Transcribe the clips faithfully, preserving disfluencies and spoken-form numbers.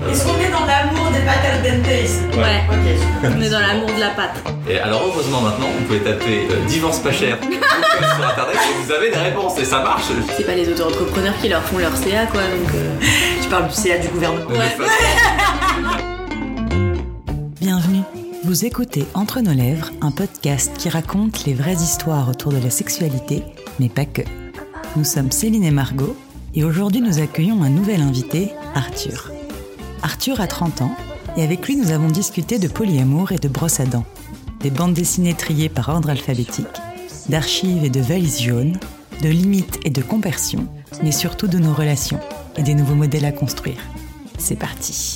Est-ce qu'on est dans l'amour des pâtes al dente ici? Ouais, Ok. on est dans l'amour de la pâte. Et alors heureusement maintenant, vous pouvez taper euh, divorce pas cher sur internet et vous avez des réponses et ça marche. C'est pas les auto-entrepreneurs qui leur font leur C A, quoi, donc... Euh... Tu parles du C A du gouvernement. De toute façon, Bienvenue. Vous écoutez Entre nos lèvres, un podcast qui raconte les vraies histoires autour de la sexualité, mais pas que. Nous sommes Céline et Margot, et aujourd'hui nous accueillons un nouvel invité, Arthur. Arthur a trente ans, et avec lui nous avons discuté de polyamour et de brosse à dents, des bandes dessinées triées par ordre alphabétique, d'archives et de valises jaunes, de limites et de compersions, mais surtout de nos relations et des nouveaux modèles à construire. C'est parti.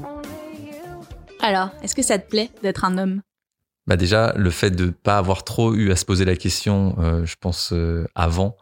Alors, est-ce que ça te plaît d'être un homme ? Bah déjà, le fait de pas avoir trop eu à se poser la question, euh, je pense, euh, avant,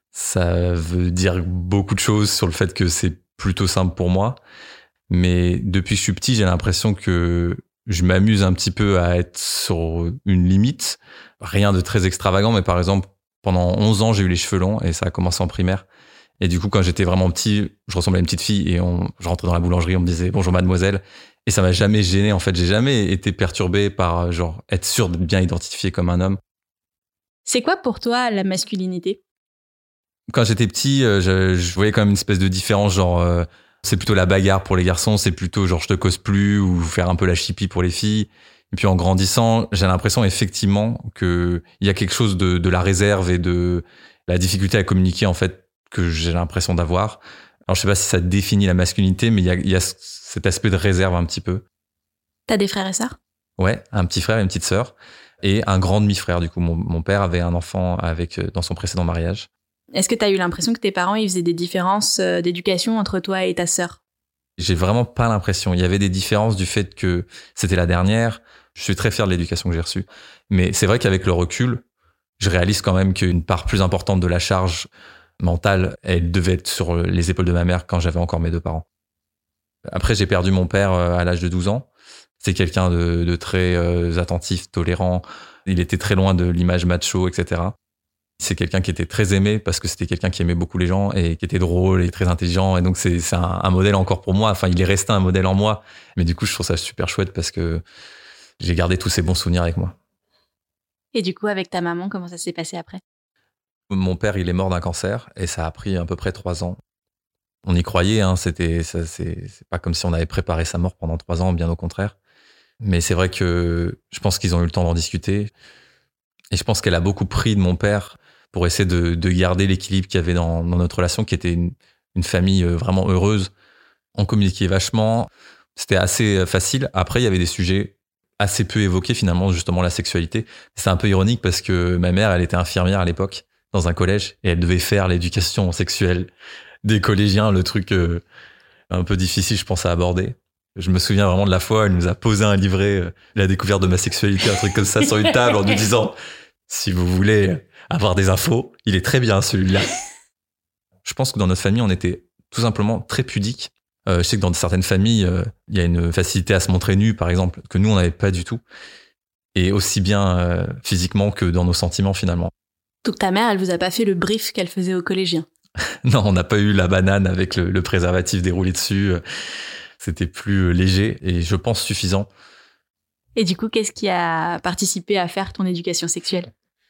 ça veut dire beaucoup de choses sur le fait que c'est plutôt simple pour moi. Mais depuis que je suis petit, j'ai l'impression que je m'amuse un petit peu à être sur une limite. Rien de très extravagant, mais par exemple, pendant onze ans, j'ai eu les cheveux longs et ça a commencé en primaire. Et du coup, quand j'étais vraiment petit, je ressemblais à une petite fille et on, je rentrais dans la boulangerie, on me disait « Bonjour mademoiselle ». Et ça m'a jamais gêné, en fait. J'ai jamais été perturbé par, genre, être sûr d'être bien identifié comme un homme. C'est quoi pour toi la masculinité ? Quand j'étais petit, je, je voyais quand même une espèce de différence, genre, euh, c'est plutôt la bagarre pour les garçons, c'est plutôt genre je te cause plus ou faire un peu la chipie pour les filles. Et puis en grandissant, j'ai l'impression effectivement que il y a quelque chose de, de la réserve et de la difficulté à communiquer, en fait, que j'ai l'impression d'avoir. Alors je sais pas si ça définit la masculinité, mais il y a, il y a cet aspect de réserve un petit peu. T'as des frères et sœurs ? Ouais, un petit frère et une petite sœur. Et un grand demi-frère, du coup. Mon, mon père avait un enfant avec, dans son précédent mariage. Est-ce que t'as eu l'impression que tes parents ils faisaient des différences d'éducation entre toi et ta sœur ? J'ai vraiment pas l'impression. Il y avait des différences du fait que c'était la dernière. Je suis très fier de l'éducation que j'ai reçue. Mais c'est vrai qu'avec le recul, je réalise quand même qu'une part plus importante de la charge mentale, elle devait être sur les épaules de ma mère quand j'avais encore mes deux parents. Après, j'ai perdu mon père à l'âge de douze ans. C'est quelqu'un de, de très euh, attentif, tolérant. Il était très loin de l'image macho, et cetera. C'est quelqu'un qui était très aimé parce que c'était quelqu'un qui aimait beaucoup les gens et qui était drôle et très intelligent. Et donc, c'est, c'est un, un modèle encore pour moi. Enfin, il est resté un modèle en moi. Mais du coup, je trouve ça super chouette parce que j'ai gardé tous ces bons souvenirs avec moi. Et du coup, avec ta maman, comment ça s'est passé après ? Mon père, il est mort d'un cancer et ça a pris à peu près trois ans. On y croyait, hein, c'était, ça, c'est, c'est pas comme si on avait préparé sa mort pendant trois ans, bien au contraire. Mais c'est vrai que je pense qu'ils ont eu le temps d'en discuter. Et je pense qu'elle a beaucoup pris de mon père pour essayer de, de garder l'équilibre qu'il y avait dans, dans notre relation, qui était une, une famille vraiment heureuse. On communiquait vachement. C'était assez facile. Après, il y avait des sujets assez peu évoqués, finalement, justement la sexualité. C'est un peu ironique parce que ma mère, elle était infirmière à l'époque, dans un collège, et elle devait faire l'éducation sexuelle des collégiens, le truc euh, un peu difficile, je pense, à aborder. Je me souviens vraiment de la fois, elle nous a posé un livret, euh, la découverte de ma sexualité, un truc comme ça, sur une table, en nous disant « Si vous voulez avoir des infos, il est très bien, celui-là. » Je pense que dans notre famille, on était tout simplement très pudiques. Euh, je sais que dans certaines familles, euh, il y a une facilité à se montrer nu, par exemple, que nous, on n'avait pas du tout. Et aussi bien euh, physiquement que dans nos sentiments, finalement. Donc ta mère, elle vous a pas fait le brief qu'elle faisait aux collégiens ? Non, on n'a pas eu la banane avec le, le préservatif déroulé dessus. C'était plus léger et je pense suffisant. Et du coup, qu'est-ce qui a participé à faire ton éducation sexuelle ?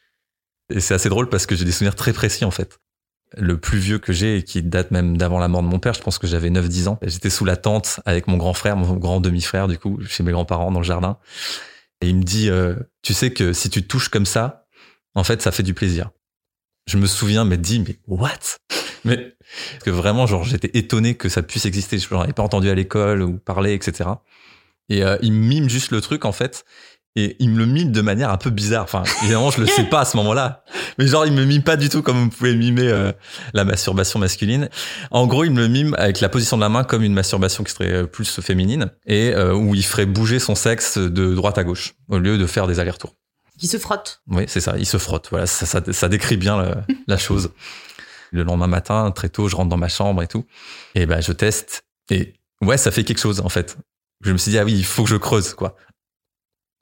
Et c'est assez drôle parce que j'ai des souvenirs très précis, en fait. Le plus vieux que j'ai, et qui date même d'avant la mort de mon père, je pense que j'avais neuf dix ans. J'étais sous la tente avec mon grand frère, mon grand demi-frère, du coup, chez mes grands-parents dans le jardin. Et il me dit, euh, tu sais que si tu te touches comme ça, en fait, ça fait du plaisir. Je me souviens m'être dit, mais what ? Mais parce que vraiment, genre, j'étais étonné que ça puisse exister. Je n'en avais pas entendu à l'école ou parler, et cetera. Et euh, il mime juste le truc, en fait. Et il me le mime de manière un peu bizarre. Enfin, évidemment, je le sais pas à ce moment-là. Mais genre, il me mime pas du tout comme vous pouvez mimer euh, la masturbation masculine. En gros, il me le mime avec la position de la main comme une masturbation qui serait plus féminine et euh, où il ferait bouger son sexe de droite à gauche au lieu de faire des allers-retours. Qui se frotte. Oui, c'est ça. Il se frotte. Voilà, ça, ça, ça décrit bien le, la chose. Le lendemain matin, très tôt, je rentre dans ma chambre et tout. Et ben, je teste. Et ouais, ça fait quelque chose, en fait. Je me suis dit, ah oui, il faut que je creuse, quoi.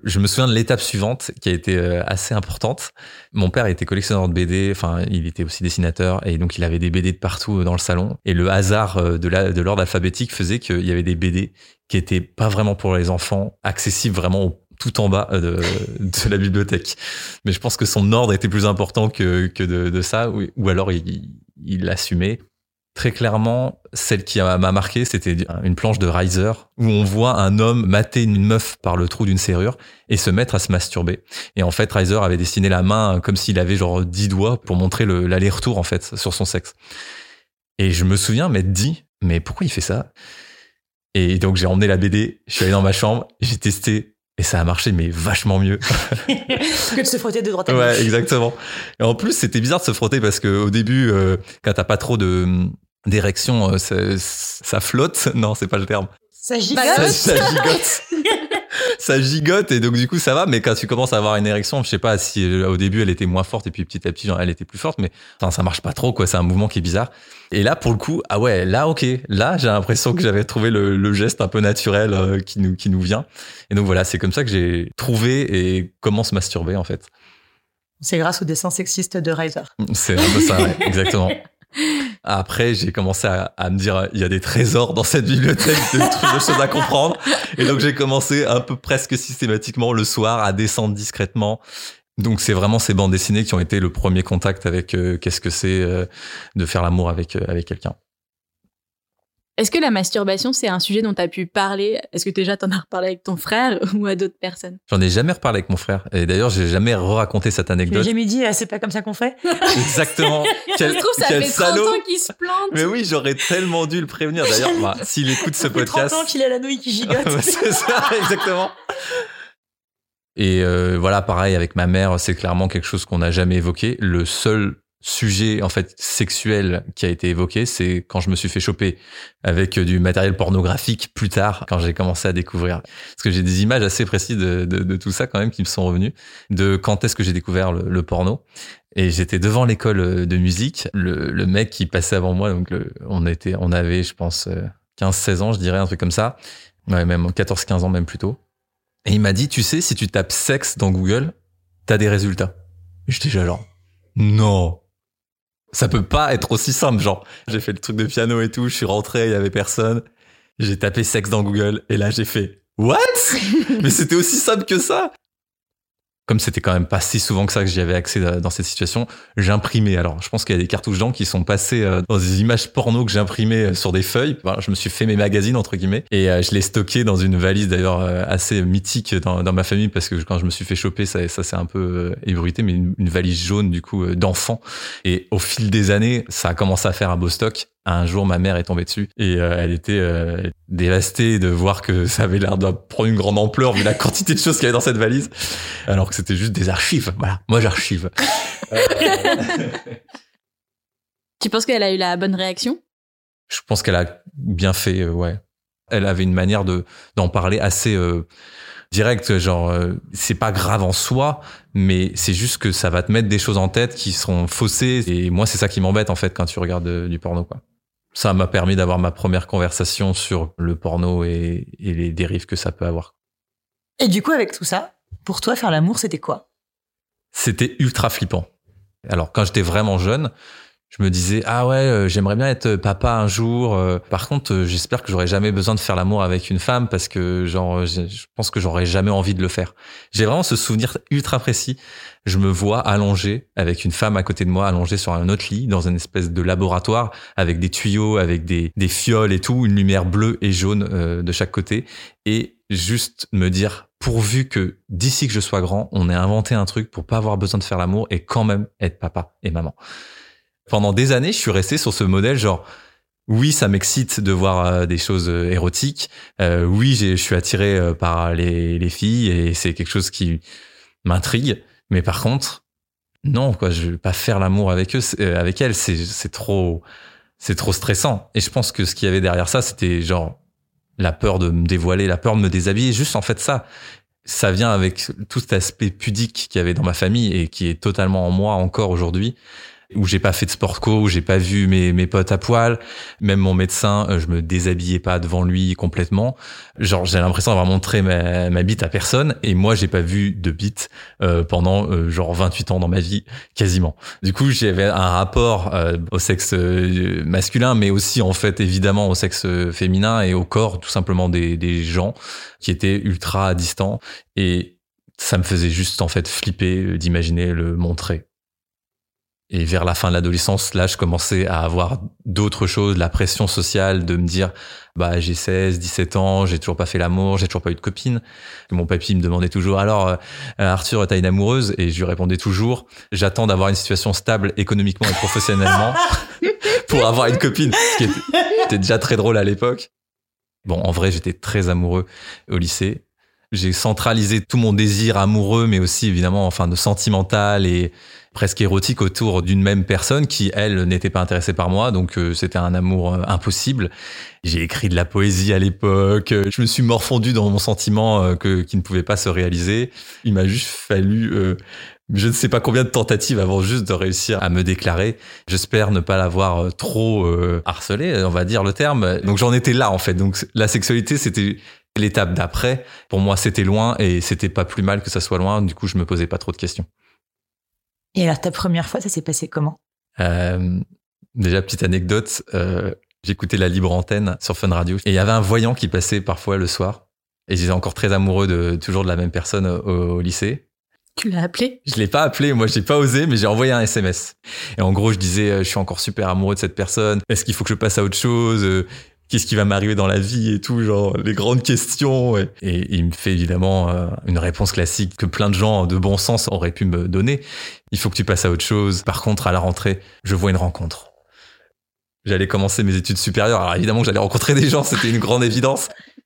Je me souviens de l'étape suivante qui a été assez importante. Mon père était collectionneur de B D, enfin il était aussi dessinateur et donc il avait des B D de partout dans le salon. Et le hasard de, la, de l'ordre alphabétique faisait qu'il y avait des B D qui étaient pas vraiment pour les enfants, accessibles vraiment au, tout en bas de, de la bibliothèque. Mais je pense que son ordre était plus important que, que de, de ça, ou, ou alors il, il l'assumait. Très clairement, celle qui m'a marqué, c'était une planche de Reiser où on voit un homme mater une meuf par le trou d'une serrure et se mettre à se masturber. Et en fait, Reiser avait dessiné la main comme s'il avait genre dix doigts pour montrer le, l'aller-retour en fait sur son sexe. Et je me souviens m'être dit, mais pourquoi il fait ça? Et donc j'ai emmené la B D, je suis allé dans ma chambre, j'ai testé et ça a marché, mais vachement mieux. que de se frotter de droite à gauche. Ouais, exactement. Et en plus, c'était bizarre de se frotter parce que au début, euh, quand t'as pas trop de d'érection, ça, ça flotte. Non, c'est pas le terme. Ça gigote. Ça, ça gigote. Ça gigote et donc du coup ça va. Mais quand tu commences à avoir une érection, je sais pas si au début elle était moins forte et puis petit à petit genre, elle était plus forte, mais enfin, ça marche pas trop quoi. C'est un mouvement qui est bizarre. Et là pour le coup, ah ouais, là ok, là j'ai l'impression que j'avais trouvé le, le geste un peu naturel euh, qui nous qui nous vient. Et donc voilà, c'est comme ça que j'ai trouvé et comment se masturber en fait. C'est grâce au dessin sexiste de Reiser. C'est un peu ça, ouais, exactement. Après, j'ai commencé à, à me dire, il y a des trésors dans cette bibliothèque de trucs, de choses à comprendre. Et donc, j'ai commencé un peu presque systématiquement le soir à descendre discrètement. Donc, c'est vraiment ces bandes dessinées qui ont été le premier contact avec euh, qu'est-ce que c'est euh, de faire l'amour avec, euh, avec quelqu'un. Est-ce que la masturbation, c'est un sujet dont tu as pu parler? Est-ce que déjà t'en as reparlé avec ton frère ou à d'autres personnes? J'en ai jamais reparlé avec mon frère. Et d'ailleurs, j'ai jamais raconté cette anecdote. Tu l'as jamais dit, ah, c'est pas comme ça qu'on fait? Exactement. Quel, ça se trouve, ça quel fait salaud. trente ans qu'il se plante. Mais oui, j'aurais tellement dû le prévenir. D'ailleurs, bah, s'il écoute ce podcast. trente ans qu'il a la nouille qui gigote. C'est ça, exactement. Et euh, voilà, pareil avec ma mère, c'est clairement quelque chose qu'on n'a jamais évoqué. Le seul sujet en fait sexuel qui a été évoqué, c'est quand je me suis fait choper avec du matériel pornographique plus tard, quand j'ai commencé à découvrir. Parce que j'ai des images assez précises de, de, de tout ça quand même qui me sont revenues, de quand est-ce que j'ai découvert le, le porno. Et j'étais devant l'école de musique, le, le mec qui passait avant moi, donc le, on était, on avait, je pense, quinze seize ans, je dirais, un truc comme ça, ouais, même quatorze quinze ans même plutôt. Et il m'a dit, tu sais, si tu tapes sexe dans Google, t'as des résultats. Et j'étais déjà genre, non. Ça peut pas être aussi simple, genre. J'ai fait le truc de piano et tout, je suis rentré, il y avait personne. J'ai tapé sexe dans Google et là j'ai fait what? Mais c'était aussi simple que ça. Comme c'était quand même pas si souvent que ça que j'y avais accès dans cette situation, j'imprimais. Alors, je pense qu'il y a des cartouches d'encre qui sont passées dans des images porno que j'imprimais sur des feuilles. Enfin, je me suis fait mes magazines, entre guillemets, et je les stockais dans une valise, d'ailleurs, assez mythique dans, dans ma famille, parce que quand je me suis fait choper, ça, ça s'est un peu ébruité, mais une, une valise jaune, du coup, d'enfant. Et au fil des années, ça a commencé à faire un beau stock. Un jour, ma mère est tombée dessus et euh, elle était euh, dévastée de voir que ça avait l'air de prendre une grande ampleur vu la quantité de choses qu'il y avait dans cette valise, alors que c'était juste des archives. Voilà, moi j'archive. euh... Tu penses qu'elle a eu la bonne réaction? Je pense qu'elle a bien fait, euh, ouais. Elle avait une manière de d'en parler assez euh, direct, genre euh, c'est pas grave en soi, mais c'est juste que ça va te mettre des choses en tête qui sont faussées. Et moi, c'est ça qui m'embête en fait quand tu regardes euh, du porno, quoi. Ça m'a permis d'avoir ma première conversation sur le porno et, et les dérives que ça peut avoir. Et du coup, avec tout ça, pour toi, faire l'amour, c'était quoi? C'était ultra flippant. Alors, quand j'étais vraiment jeune, je me disais, ah ouais, euh, j'aimerais bien être papa un jour. Euh, par contre, euh, j'espère que j'aurai jamais besoin de faire l'amour avec une femme parce que genre, je, je pense que j'aurais jamais envie de le faire. J'ai vraiment ce souvenir ultra précis. Je me vois allongé avec une femme à côté de moi, allongé sur un autre lit dans une espèce de laboratoire avec des tuyaux, avec des, des fioles et tout, une lumière bleue et jaune euh, de chaque côté. Et juste me dire, pourvu que d'ici que je sois grand, on ait inventé un truc pour pas avoir besoin de faire l'amour et quand même être papa et maman. Pendant des années, je suis resté sur ce modèle genre, oui, ça m'excite de voir euh, des choses euh, érotiques. Euh, oui, j'ai, je suis attiré euh, par les, les filles et c'est quelque chose qui m'intrigue. Mais par contre, non, quoi, je vais pas faire l'amour avec eux, euh, avec elles. C'est, c'est trop, c'est trop stressant. Et je pense que ce qu'il y avait derrière ça, c'était genre la peur de me dévoiler, la peur de me déshabiller. Juste en fait ça, ça vient avec tout cet aspect pudique qu'il y avait dans ma famille et qui est totalement en moi encore aujourd'hui. où j'ai pas fait de sport co, où j'ai pas vu mes, mes potes à poil. Même mon médecin, je me déshabillais pas devant lui complètement. Genre, j'ai l'impression d'avoir montré ma, ma bite à personne. Et moi, j'ai pas vu de bite euh, pendant euh, genre vingt-huit ans dans ma vie, quasiment. Du coup, j'avais un rapport euh, au sexe masculin, mais aussi, en fait, évidemment, au sexe féminin et au corps, tout simplement, des, des gens qui étaient ultra distants. Et ça me faisait juste, en fait, flipper d'imaginer le montrer. Et vers la fin de l'adolescence, là, je commençais à avoir d'autres choses, la pression sociale de me dire, bah, j'ai seize, dix-sept ans, j'ai toujours pas fait l'amour, j'ai toujours pas eu de copine. Mon papy me demandait toujours, alors, euh, Arthur, t'as une amoureuse? Et je lui répondais toujours, j'attends d'avoir une situation stable économiquement et professionnellement pour avoir une copine. Ce qui était déjà très drôle à l'époque. Bon, en vrai, j'étais très amoureux au lycée. J'ai centralisé tout mon désir amoureux, mais aussi, évidemment, enfin, de sentimental et presque érotique autour d'une même personne qui, elle, n'était pas intéressée par moi. Donc, euh, c'était un amour euh, impossible. J'ai écrit de la poésie à l'époque. Je me suis morfondu dans mon sentiment euh, que, qui ne pouvait pas se réaliser. Il m'a juste fallu, euh, je ne sais pas combien de tentatives avant juste de réussir à me déclarer. J'espère ne pas l'avoir trop euh, harcelé, on va dire le terme. Donc, j'en étais là, en fait. Donc, la sexualité, c'était l'étape d'après. Pour moi, c'était loin et c'était pas plus mal que ça soit loin. Du coup, je me posais pas trop de questions. Et alors, ta première fois, ça s'est passé comment? euh, Déjà, petite anecdote, euh, j'écoutais la libre antenne sur Fun Radio et il y avait un voyant qui passait parfois le soir. Et j'étais encore très amoureux de toujours de la même personne au, au lycée. Tu l'as appelé? Je l'ai pas appelé, moi j'ai pas osé, mais j'ai envoyé un S M S. Et en gros, je disais, je suis encore super amoureux de cette personne. Est-ce qu'il faut que je passe à autre chose? Qu'est-ce qui va m'arriver dans la vie et tout, genre les grandes questions. Et, et il me fait évidemment euh, une réponse classique que plein de gens de bon sens auraient pu me donner. Il faut que tu passes à autre chose. Par contre, à la rentrée, je vois une rencontre. J'allais commencer mes études supérieures. Alors évidemment que j'allais rencontrer des gens, c'était une grande évidence.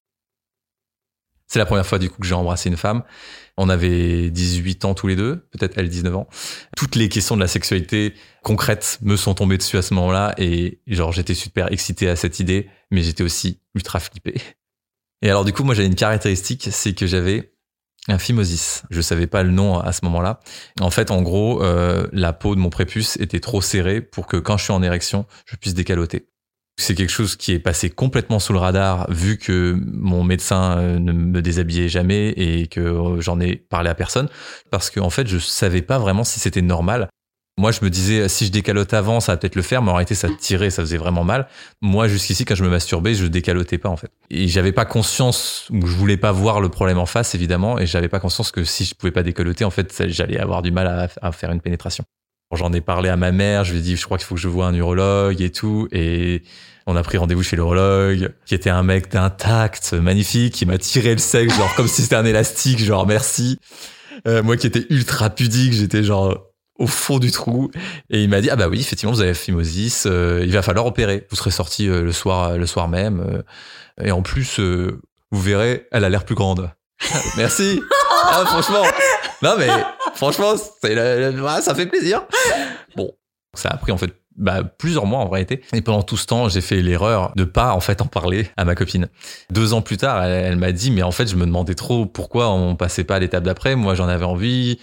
C'est la première fois du coup que j'ai embrassé une femme. On avait dix-huit ans tous les deux, peut-être elle dix-neuf ans. Toutes les questions de la sexualité concrètes me sont tombées dessus à ce moment-là et genre j'étais super excité à cette idée, mais j'étais aussi ultra flippé. Et alors du coup, moi j'avais une caractéristique, c'est que j'avais un phimosis. Je savais pas le nom à ce moment-là. En fait, en gros, euh, la peau de mon prépuce était trop serrée pour que quand je suis en érection, je puisse décaloter. C'est quelque chose qui est passé complètement sous le radar vu que mon médecin ne me déshabillait jamais et que j'en ai parlé à personne parce que en fait, je savais pas vraiment si c'était normal. Moi, je me disais, si je décalote avant, ça va peut-être le faire, mais en réalité, ça tirait, ça faisait vraiment mal. Moi, jusqu'ici, quand je me masturbais, je décalotais pas, en fait. Et j'avais pas conscience, ou je voulais pas voir le problème en face, évidemment, et j'avais pas conscience que si je pouvais pas décaloter, en fait, j'allais avoir du mal à, à faire une pénétration. J'en ai parlé à ma mère, je lui ai dit, je crois qu'il faut que je voie un urologue et tout, et on a pris rendez-vous chez l'urologue, qui était un mec d'un tact magnifique, qui m'a tiré le sexe, genre comme si c'était un élastique, genre merci. Euh, moi qui étais ultra pudique, j'étais genre au fond du trou, et il m'a dit ah bah oui effectivement vous avez la phimosis, euh, il va falloir opérer, vous serez sorti euh, le soir le soir même, euh, et en plus euh, vous verrez elle a l'air plus grande. Merci. Ah, franchement non mais franchement c'est la, la, ça fait plaisir. Bon, ça a pris en fait bah, plusieurs mois en réalité, et pendant tout ce temps j'ai fait l'erreur de pas en fait en parler à ma copine. Deux ans plus tard elle, elle m'a dit mais en fait je me demandais trop pourquoi on passait pas à l'étape d'après, moi j'en avais envie.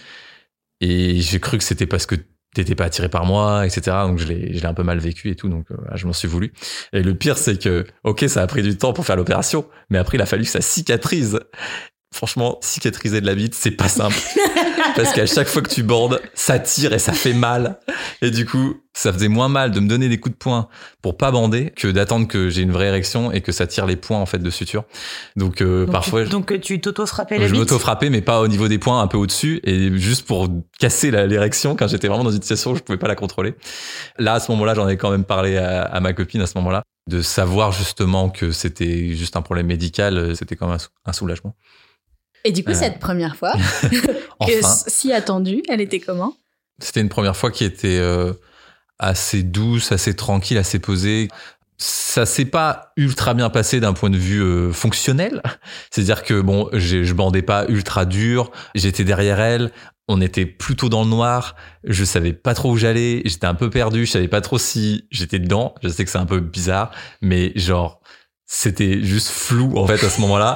Et j'ai cru que c'était parce que t'étais pas attiré par moi, et cetera. Donc je l'ai, je l'ai un peu mal vécu et tout, donc euh, je m'en suis voulu. Et le pire, c'est que, ok, ça a pris du temps pour faire l'opération, mais après, il a fallu que ça cicatrise. Franchement, cicatriser de la bite, c'est pas simple. Parce qu'à chaque fois que tu bandes, ça tire et ça fait mal. Et du coup, ça faisait moins mal de me donner des coups de poing pour pas bander que d'attendre que j'ai une vraie érection et que ça tire les poings en fait de suture. Donc, euh, donc parfois, tu, donc tu t'auto-frappais la je bite. m'auto-frappais, mais pas au niveau des poings, un peu au-dessus, et juste pour casser la, l'érection quand j'étais vraiment dans une situation où je pouvais pas la contrôler. Là, à ce moment-là, j'en ai quand même parlé à, à ma copine à ce moment-là, de savoir justement que c'était juste un problème médical, c'était quand même un, un soulagement. Et du coup, euh... cette première fois, enfin. que si attendue, elle était comment? C'était une première fois qui était euh, assez douce, assez tranquille, assez posée. Ça s'est pas ultra bien passé d'un point de vue euh, fonctionnel. C'est-à-dire que bon, j'ai, je bandais pas ultra dur. J'étais derrière elle. On était plutôt dans le noir. Je savais pas trop où j'allais. J'étais un peu perdu. Je savais pas trop si j'étais dedans. Je sais que c'est un peu bizarre, mais genre, c'était juste flou en fait à ce moment-là.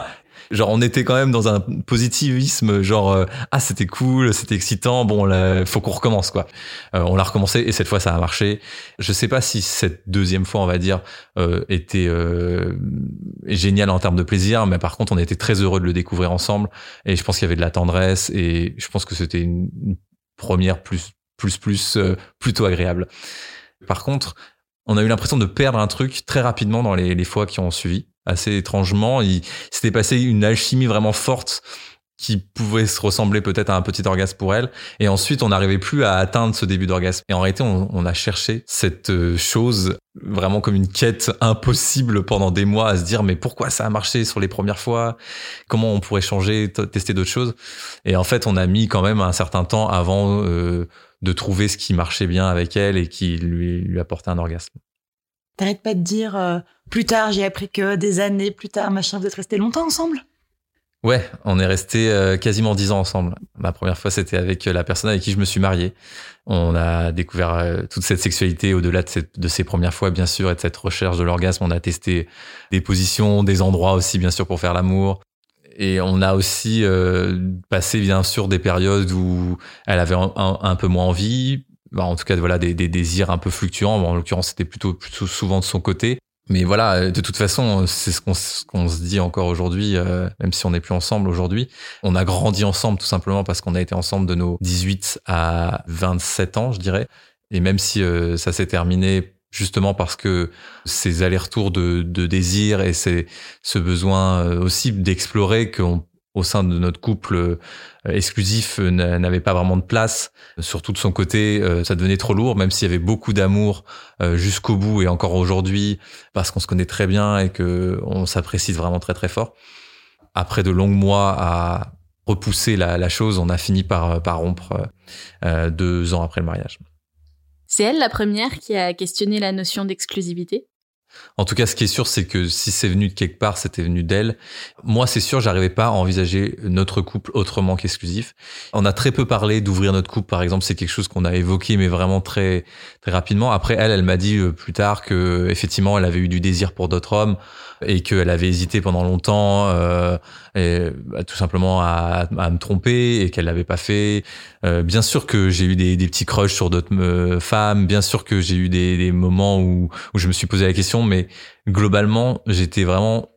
Genre, on était quand même dans un positivisme, genre, euh, ah, c'était cool, c'était excitant, bon, là, faut qu'on recommence, quoi. Euh, on l'a recommencé et cette fois, ça a marché. Je sais pas si cette deuxième fois, on va dire, euh, était euh, géniale en termes de plaisir, mais par contre, on était très heureux de le découvrir ensemble et je pense qu'il y avait de la tendresse et je pense que c'était une, une première plus, plus, plus, euh, plutôt agréable. Par contre, on a eu l'impression de perdre un truc très rapidement dans les, les fois qui ont suivi. Assez étrangement, il s'était passé une alchimie vraiment forte qui pouvait se ressembler peut-être à un petit orgasme pour elle. Et ensuite, on n'arrivait plus à atteindre ce début d'orgasme. Et en réalité, on, on a cherché cette chose vraiment comme une quête impossible pendant des mois à se dire mais pourquoi ça a marché sur les premières fois? Comment on pourrait changer, t- tester d'autres choses? Et en fait, on a mis quand même un certain temps avant euh, de trouver ce qui marchait bien avec elle et qui lui, lui apportait un orgasme. T'arrêtes pas de dire euh, plus tard, j'ai appris que des années plus tard, machin, vous êtes restés longtemps ensemble? Ouais, on est restés euh, quasiment dix ans ensemble. Ma première fois, c'était avec la personne avec qui je me suis marié. On a découvert euh, toute cette sexualité au-delà de, cette, de ces premières fois, bien sûr, et de cette recherche de l'orgasme. On a testé des positions, des endroits aussi, bien sûr, pour faire l'amour. Et on a aussi euh, passé, bien sûr, des périodes où elle avait un, un, un peu moins envie. Bah, en tout cas, voilà, des, des désirs un peu fluctuants. Bon, en l'occurrence, c'était plutôt, plutôt souvent de son côté. Mais voilà, de toute façon, c'est ce qu'on, ce qu'on se dit encore aujourd'hui, euh, même si on n'est plus ensemble aujourd'hui. On a grandi ensemble tout simplement parce qu'on a été ensemble de nos dix-huit à vingt-sept ans, je dirais. Et même si euh, ça s'est terminé justement parce que ces allers-retours de, de désir et c'est ce besoin aussi d'explorer qu'on au sein de notre couple euh, exclusif euh, n'avait pas vraiment de place. Surtout de son côté, euh, ça devenait trop lourd, même s'il y avait beaucoup d'amour euh, jusqu'au bout et encore aujourd'hui, parce qu'on se connaît très bien et que on s'apprécie vraiment très très fort. Après de longs mois à repousser la, la chose, on a fini par, par rompre euh, deux ans après le mariage. C'est elle la première qui a questionné la notion d'exclusivité? En tout cas, ce qui est sûr, c'est que si c'est venu de quelque part, c'était venu d'elle. Moi, c'est sûr, j'arrivais pas à envisager notre couple autrement qu'exclusif. On a très peu parlé d'ouvrir notre couple, par exemple. C'est quelque chose qu'on a évoqué, mais vraiment très, très rapidement. Après, elle, elle m'a dit plus tard que, effectivement, elle avait eu du désir pour d'autres hommes et qu'elle avait hésité pendant longtemps, euh, et, bah, tout simplement à, à me tromper et qu'elle l'avait pas fait. Euh, bien sûr que j'ai eu des, des petits crushs sur d'autres euh, femmes. Bien sûr que j'ai eu des, des moments où, où je me suis posé la question, mais globalement, j'étais vraiment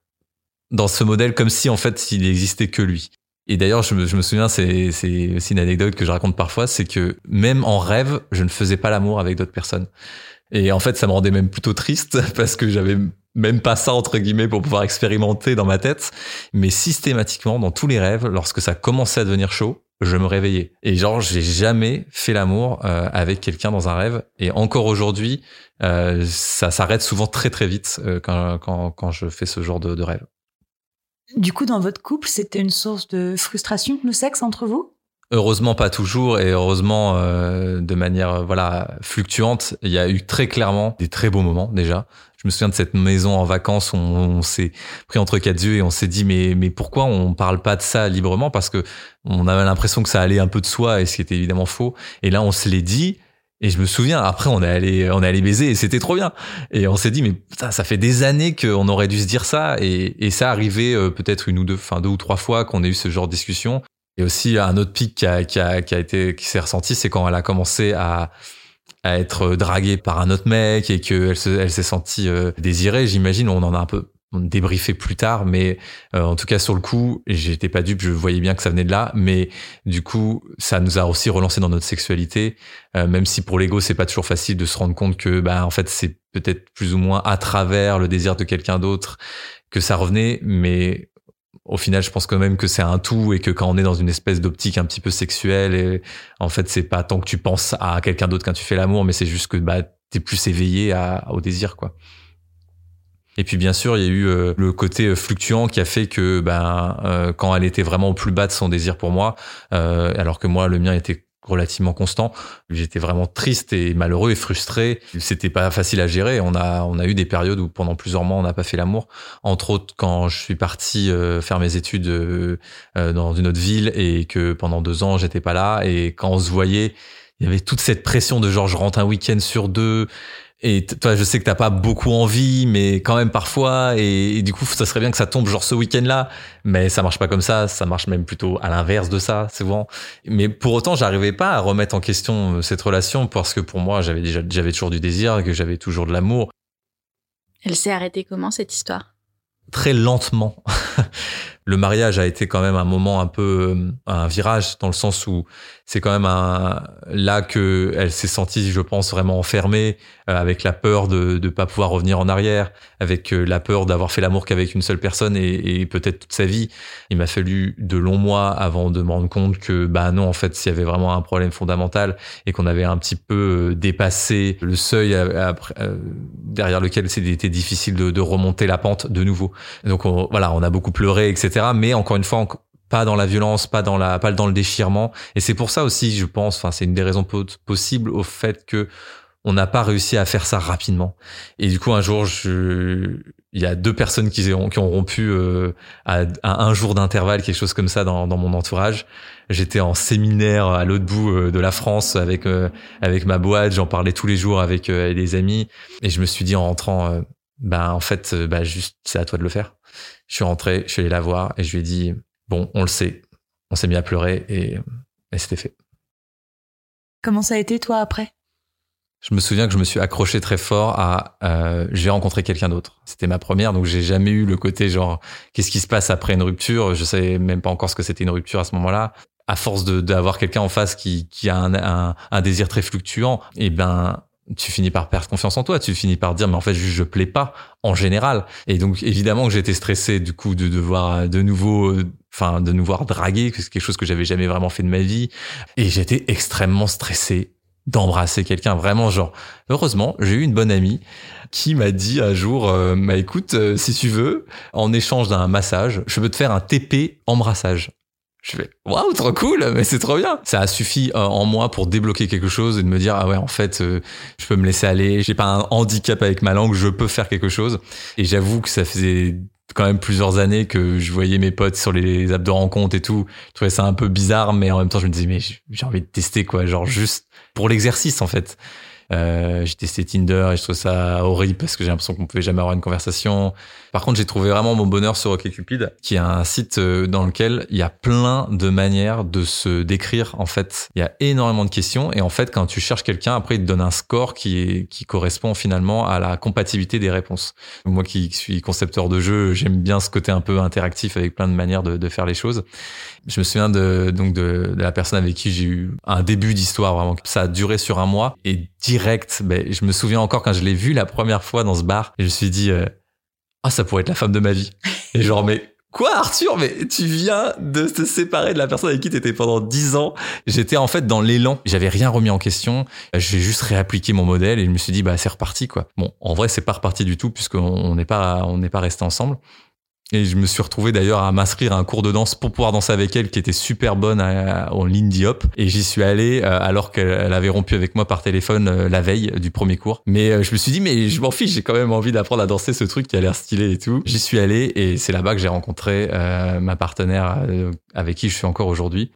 dans ce modèle comme si, en fait, il n'existait que lui. Et d'ailleurs, je me, je me souviens, c'est, c'est aussi une anecdote que je raconte parfois, c'est que même en rêve, je ne faisais pas l'amour avec d'autres personnes. Et en fait, ça me rendait même plutôt triste parce que j'avais même pas ça, entre guillemets, pour pouvoir expérimenter dans ma tête. Mais systématiquement, dans tous les rêves, lorsque ça commençait à devenir chaud, je me réveillais. Et genre, j'ai jamais fait l'amour euh, avec quelqu'un dans un rêve. Et encore aujourd'hui, euh, ça s'arrête souvent très très vite euh, quand, quand, quand je fais ce genre de, de rêve. Du coup, dans votre couple, c'était une source de frustration, le sexe, entre vous? Heureusement pas toujours et heureusement euh, de manière voilà fluctuante. Il y a eu très clairement des très beaux moments déjà. Je me souviens de cette maison en vacances où on, on s'est pris entre quatre yeux et on s'est dit mais mais pourquoi on parle pas de ça librement, parce que on avait l'impression que ça allait un peu de soi, et ce qui était évidemment faux. Et là on se l'est dit. Et je me souviens, après, on est allé, on est allé baiser et c'était trop bien. Et on s'est dit, mais putain, ça fait des années qu'on aurait dû se dire ça. Et, et ça arrivait euh, peut-être une ou deux, enfin deux ou trois fois qu'on ait eu ce genre de discussion. Et aussi, un autre pic qui a, qui a, qui a été, qui s'est ressenti, c'est quand elle a commencé à, à être draguée par un autre mec et qu'elle se, elle s'est sentie euh, désirée. J'imagine, on en a un peu débriefé plus tard, mais euh, en tout cas sur le coup, j'étais pas dupe, je voyais bien que ça venait de là, mais du coup ça nous a aussi relancé dans notre sexualité, euh, même si pour l'ego c'est pas toujours facile de se rendre compte que bah en fait c'est peut-être plus ou moins à travers le désir de quelqu'un d'autre que ça revenait, mais au final je pense quand même que c'est un tout et que quand on est dans une espèce d'optique un petit peu sexuelle, et en fait c'est pas tant que tu penses à quelqu'un d'autre quand tu fais l'amour, mais c'est juste que bah t'es plus éveillé à, au désir quoi. Et puis bien sûr, il y a eu euh, le côté fluctuant qui a fait que ben euh, quand elle était vraiment au plus bas de son désir pour moi, euh, alors que moi le mien était relativement constant, j'étais vraiment triste et malheureux et frustré. C'était pas facile à gérer. On a on a eu des périodes où pendant plusieurs mois on n'a pas fait l'amour. Entre autres quand je suis parti euh, faire mes études euh, dans une autre ville et que pendant deux ans j'étais pas là, et quand on se voyait, il y avait toute cette pression de genre je rentre un week-end sur deux. Et toi, je sais que t'as pas beaucoup envie, mais quand même parfois. Et, et du coup, ça serait bien que ça tombe genre ce week-end-là. Mais ça marche pas comme ça. Ça marche même plutôt à l'inverse de ça, souvent. Mais pour autant, j'arrivais pas à remettre en question cette relation parce que pour moi, j'avais déjà, j'avais toujours du désir, que j'avais toujours de l'amour. Elle s'est arrêtée comment, cette histoire ? Très lentement. Le mariage a été quand même un moment un peu un virage dans le sens où c'est quand même un là que elle s'est sentie, je pense, vraiment enfermée euh, avec la peur de de pas pouvoir revenir en arrière, avec euh, la peur d'avoir fait l'amour qu'avec une seule personne et, et peut-être toute sa vie. Il m'a fallu de longs mois avant de me rendre compte que bah non, en fait, s'il y avait vraiment un problème fondamental et qu'on avait un petit peu dépassé le seuil à, à, à, derrière lequel c'était difficile de, de remonter la pente de nouveau. Donc on, voilà, on a beaucoup pleuré, et cetera. Mais encore une fois, pas dans la violence, pas dans la, pas dans le déchirement. Et c'est pour ça aussi, je pense, enfin, c'est une des raisons po- possibles au fait que on n'a pas réussi à faire ça rapidement. Et du coup, un jour, je, il y a deux personnes qui ont, qui ont rompu euh, à, à un jour d'intervalle, quelque chose comme ça dans, dans mon entourage. J'étais en séminaire à l'autre bout euh, de la France avec euh, avec ma boîte. J'en parlais tous les jours avec euh, des amis. Et je me suis dit en rentrant, euh, ben en fait, euh, bah juste, c'est à toi de le faire. Je suis rentré, je suis allé la voir et je lui ai dit, bon, on le sait, on s'est mis à pleurer et, et c'était fait. Comment ça a été, toi, après ? Je me souviens que je me suis accroché très fort à euh, j'ai rencontré quelqu'un d'autre. C'était ma première, donc j'ai jamais eu le côté genre qu'est-ce qui se passe après une rupture. Je savais même pas encore ce que c'était une rupture à ce moment-là. À force de d'avoir quelqu'un en face qui qui a un, un, un désir très fluctuant, et ben tu finis par perdre confiance en toi, tu finis par dire mais en fait juste je plais pas en général. Et donc évidemment que j'étais stressé du coup de devoir de nouveau enfin de nous voir draguer, c'est quelque chose que j'avais jamais vraiment fait de ma vie, et j'étais extrêmement stressé d'embrasser quelqu'un, vraiment genre. Heureusement, j'ai eu une bonne amie qui m'a dit un jour euh, bah écoute, euh, si tu veux, en échange d'un massage, je peux te faire un T P embrassage. Je fais waouh, trop cool, mais c'est trop bien. Ça a suffi euh, en moi pour débloquer quelque chose et de me dire ah ouais, en fait euh, je peux me laisser aller, j'ai pas un handicap avec ma langue, je peux faire quelque chose. Et j'avoue que ça faisait quand même plusieurs années que je voyais mes potes sur les apps de rencontre et tout. Je trouvais ça un peu bizarre, mais en même temps je me disais mais j'ai envie de tester quoi, genre juste pour l'exercice en fait. Euh, j'ai testé Tinder et je trouve ça horrible parce que j'ai l'impression qu'on pouvait jamais avoir une conversation. Par contre, j'ai trouvé vraiment mon bonheur sur OkCupid, qui est un site dans lequel il y a plein de manières de se décrire. En fait, il y a énormément de questions et en fait, quand tu cherches quelqu'un, après, il te donne un score qui est qui correspond finalement à la compatibilité des réponses. Moi, qui suis concepteur de jeux, j'aime bien ce côté un peu interactif avec plein de manières de, de faire les choses. Je me souviens de donc de, de la personne avec qui j'ai eu un début d'histoire vraiment. Ça a duré sur un mois et direct, ben, je me souviens encore quand je l'ai vu la première fois dans ce bar, et je me suis dit euh, ah, ça pourrait être la femme de ma vie. Et genre, mais quoi, Arthur, mais tu viens de te séparer de la personne avec qui t'étais pendant dix ans. J'étais en fait dans l'élan. J'avais rien remis en question. J'ai juste réappliqué mon modèle et je me suis dit, bah, c'est reparti, quoi. Bon, en vrai, c'est pas reparti du tout puisqu'on n'est pas, on n'est pas resté ensemble. Et je me suis retrouvé d'ailleurs à m'inscrire à un cours de danse pour pouvoir danser avec elle, qui était super bonne à, à, en Lindy Hop. Et j'y suis allé euh, alors qu'elle avait rompu avec moi par téléphone euh, la veille du premier cours. Mais euh, je me suis dit, mais je m'en fiche, j'ai quand même envie d'apprendre à danser ce truc qui a l'air stylé et tout. J'y suis allé et c'est là-bas que j'ai rencontré euh, ma partenaire euh, avec qui je suis encore aujourd'hui.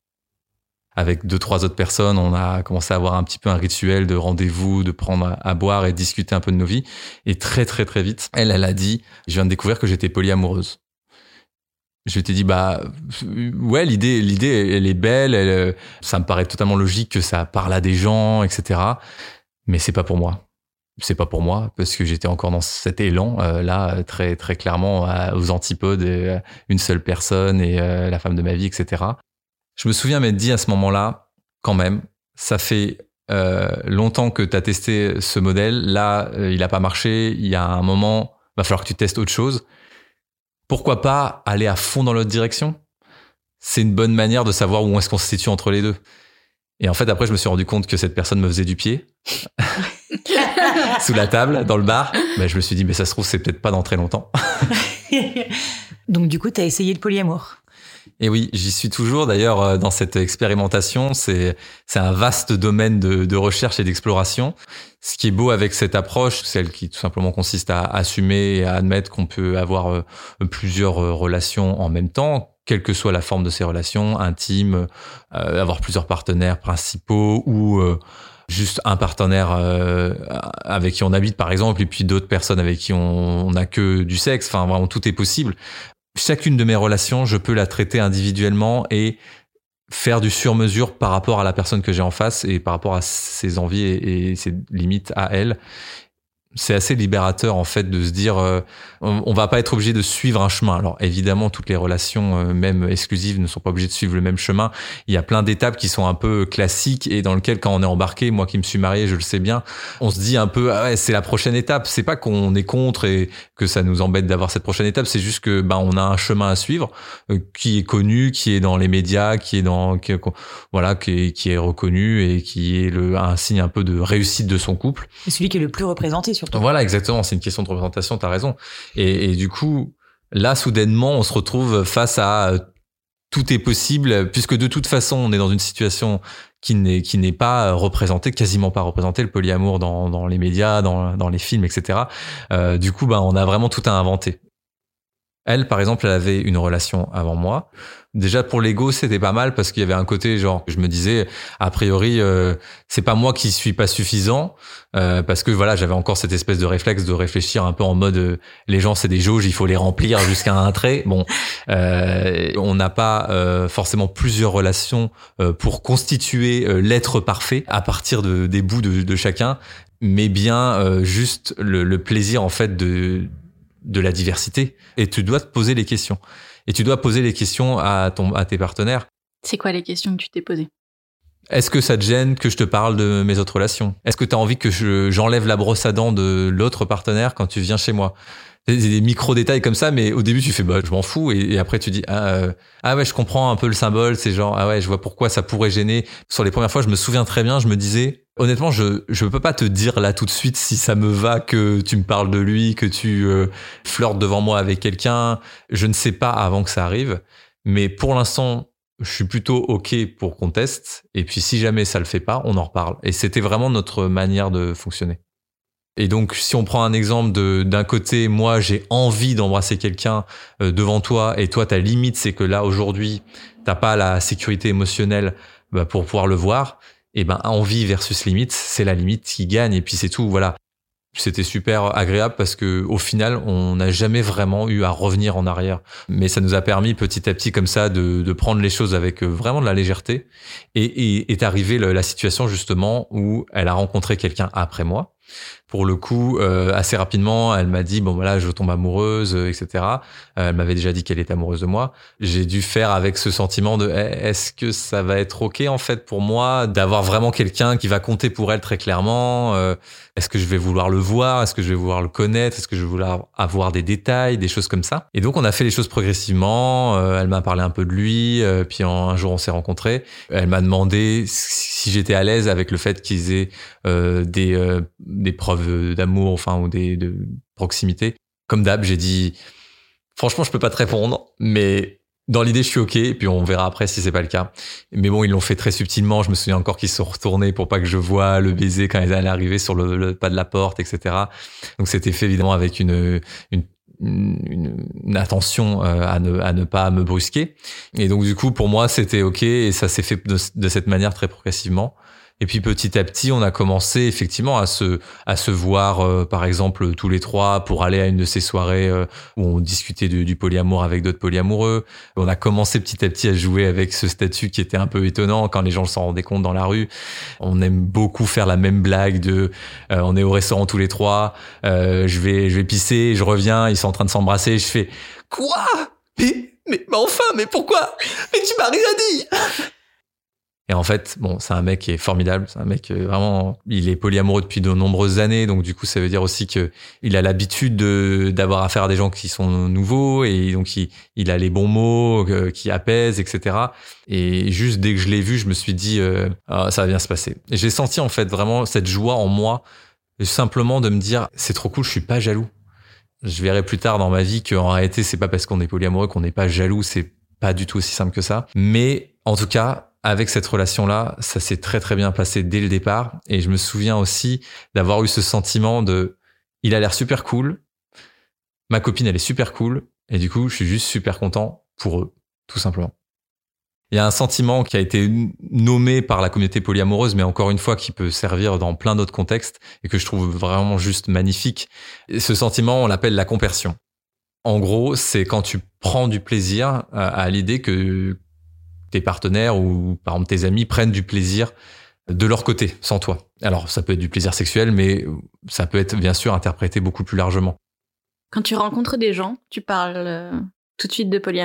Avec deux, trois autres personnes, on a commencé à avoir un petit peu un rituel de rendez-vous, de prendre à, à boire et de discuter un peu de nos vies. Et très, très, très vite, elle, elle a dit, je viens de découvrir que j'étais polyamoureuse. Je t'ai dit, bah, ouais, l'idée, l'idée, elle est belle, elle, ça me paraît totalement logique que ça parle à des gens, et cetera. Mais c'est pas pour moi. C'est pas pour moi, parce que j'étais encore dans cet élan, euh, là, très, très clairement, à, aux antipodes, euh, une seule personne et euh, la femme de ma vie, et cetera. Je me souviens m'être dit à ce moment-là, quand même, ça fait euh, longtemps que tu as testé ce modèle. Là, euh, il n'a pas marché. Il y a un moment, il va falloir que tu testes autre chose. Pourquoi pas aller à fond dans l'autre direction ? C'est une bonne manière de savoir où est-ce qu'on se situe entre les deux. Et en fait, après, je me suis rendu compte que cette personne me faisait du pied sous la table, dans le bar. Ben, je me suis dit, mais ça se trouve, c'est peut-être pas dans très longtemps. Donc, du coup, tu as essayé le polyamour ? Et oui, j'y suis toujours. D'ailleurs, dans cette expérimentation, c'est c'est un vaste domaine de, de recherche et d'exploration. Ce qui est beau avec cette approche, celle qui tout simplement consiste à assumer et à admettre qu'on peut avoir plusieurs relations en même temps, quelle que soit la forme de ces relations, intimes, euh, avoir plusieurs partenaires principaux ou euh, juste un partenaire euh, avec qui on habite par exemple, et puis d'autres personnes avec qui on n'a que du sexe. Enfin, vraiment, tout est possible. Chacune de mes relations, je peux la traiter individuellement et faire du sur-mesure par rapport à la personne que j'ai en face et par rapport à ses envies et, et ses limites à elle. C'est assez libérateur en fait de se dire euh, on, on va pas être obligé de suivre un chemin. Alors évidemment toutes les relations euh, même exclusives ne sont pas obligées de suivre le même chemin. Il y a plein d'étapes qui sont un peu classiques et dans lesquelles quand on est embarqué, moi qui me suis marié, je le sais bien, on se dit un peu ah ouais, c'est la prochaine étape. C'est pas qu'on est contre et que ça nous embête d'avoir cette prochaine étape, c'est juste que ben on a un chemin à suivre euh, qui est connu, qui est dans les médias, qui est dans qui, voilà qui est, qui est reconnu et qui est le un signe un peu de réussite de son couple. C'est celui qui est le plus représenté. Surtout. Voilà, exactement. C'est une question de représentation. T'as raison. Et, et du coup, là, soudainement, on se retrouve face à euh, tout est possible, puisque de toute façon, on est dans une situation qui n'est qui n'est pas représentée, quasiment pas représentée, le polyamour dans dans les médias, dans dans les films, et cetera. Euh, du coup, bah, on a vraiment tout à inventer. Elle, par exemple, elle avait une relation avant moi. Déjà pour l'ego, c'était pas mal parce qu'il y avait un côté genre, je me disais, a priori, euh, c'est pas moi qui suis pas suffisant, euh, parce que voilà, j'avais encore cette espèce de réflexe de réfléchir un peu en mode, euh, les gens c'est des jauges, il faut les remplir jusqu'à un trait. Bon, euh, on n'a pas euh, forcément plusieurs relations euh, pour constituer euh, l'être parfait à partir de des bouts de, de chacun, mais bien euh, juste le, le plaisir en fait de de la diversité. Et tu dois te poser les questions. Et tu dois poser les questions à ton, à tes partenaires. C'est quoi les questions que tu t'es posées ? Est-ce que ça te gêne que je te parle de mes autres relations ? Est-ce que tu as envie que je, j'enlève la brosse à dents de l'autre partenaire quand tu viens chez moi ? Des, des micro-détails comme ça, mais au début, tu fais, bah, je m'en fous. Et, et après, tu dis, ah, euh, ah ouais, je comprends un peu le symbole. C'est genre, ah ouais, je vois pourquoi ça pourrait gêner. Sur les premières fois, je me souviens très bien, je me disais, honnêtement, je je peux pas te dire là tout de suite si ça me va que tu me parles de lui, que tu euh, flirtes devant moi avec quelqu'un. Je ne sais pas avant que ça arrive. Mais pour l'instant, je suis plutôt OK pour qu'on teste. Et puis, si jamais ça le fait pas, on en reparle. Et c'était vraiment notre manière de fonctionner. Et donc, si on prend un exemple de d'un côté, moi, j'ai envie d'embrasser quelqu'un euh, devant toi, et toi, ta limite, c'est que là, aujourd'hui, t'as pas la sécurité émotionnelle bah, pour pouvoir le voir. Et ben, envie versus limite, c'est la limite qui gagne. Et puis c'est tout. Voilà. C'était super agréable parce que au final, on n'a jamais vraiment eu à revenir en arrière. Mais ça nous a permis petit à petit comme ça de, de prendre les choses avec vraiment de la légèreté. Et, et est arrivée la situation justement où elle a rencontré quelqu'un après moi. Pour le coup, euh, assez rapidement, elle m'a dit bon voilà, je tombe amoureuse, et cetera. Euh, elle m'avait déjà dit qu'elle était amoureuse de moi. J'ai dû faire avec ce sentiment de est-ce que ça va être ok en fait pour moi d'avoir vraiment quelqu'un qui va compter pour elle très clairement. Euh, est-ce que je vais vouloir le voir? Est-ce que je vais vouloir le connaître? Est-ce que je vais vouloir avoir des détails, des choses comme ça? Et donc on a fait les choses progressivement. Euh, elle m'a parlé un peu de lui, euh, puis en, un jour on s'est rencontrés. Elle m'a demandé si j'étais à l'aise avec le fait qu'ils aient euh, des euh, des preuves d'amour, enfin, ou des, de proximité. Comme d'hab, j'ai dit, franchement, je peux pas te répondre, mais dans l'idée, je suis OK, et puis on verra après si c'est pas le cas. Mais bon, ils l'ont fait très subtilement. Je me souviens encore qu'ils se sont retournés pour pas que je voie le baiser quand ils allaient arriver sur le, le pas de la porte, et cetera. Donc, c'était fait évidemment avec une, une, une, une attention à ne, à ne pas me brusquer. Et donc, du coup, pour moi, c'était OK, et ça s'est fait de, de cette manière très progressivement. Et puis petit à petit, on a commencé effectivement à se à se voir, euh, par exemple, tous les trois pour aller à une de ces soirées euh, où on discutait du, du polyamour avec d'autres polyamoureux. On a commencé petit à petit à jouer avec ce statut qui était un peu étonnant quand les gens s'en rendaient compte dans la rue. On aime beaucoup faire la même blague de euh, on est au restaurant tous les trois, euh, je vais je vais pisser, je reviens, ils sont en train de s'embrasser, je fais quoi? Mais mais, mais enfin, mais pourquoi? Mais tu m'as rien dit. Et en fait, bon, c'est un mec qui est formidable. C'est un mec euh, vraiment, il est polyamoureux depuis de nombreuses années. Donc, du coup, ça veut dire aussi que il a l'habitude de, d'avoir affaire à des gens qui sont nouveaux. Et donc, il, il a les bons mots euh, qui apaisent, et cetera. Et juste dès que je l'ai vu, je me suis dit, euh, ah, ça va bien se passer. Et j'ai senti, en fait, vraiment cette joie en moi, simplement de me dire, c'est trop cool, je suis pas jaloux. Je verrai plus tard dans ma vie qu'en réalité, c'est pas parce qu'on est polyamoureux qu'on n'est pas jaloux. C'est pas du tout aussi simple que ça. Mais, en tout cas, avec cette relation-là, ça s'est très très bien passé dès le départ. Et je me souviens aussi d'avoir eu ce sentiment de « il a l'air super cool, ma copine elle est super cool, et du coup je suis juste super content pour eux, tout simplement ». Il y a un sentiment qui a été nommé par la communauté polyamoureuse, mais encore une fois, qui peut servir dans plein d'autres contextes et que je trouve vraiment juste magnifique. Et ce sentiment, on l'appelle la compersion. En gros, c'est quand tu prends du plaisir à, à l'idée que tes partenaires ou par exemple tes amis prennent du plaisir de leur côté, sans toi. Alors, ça peut être du plaisir sexuel, mais ça peut être bien sûr interprété beaucoup plus largement. Quand tu rencontres des gens, tu parles euh, tout de suite de polyamour ?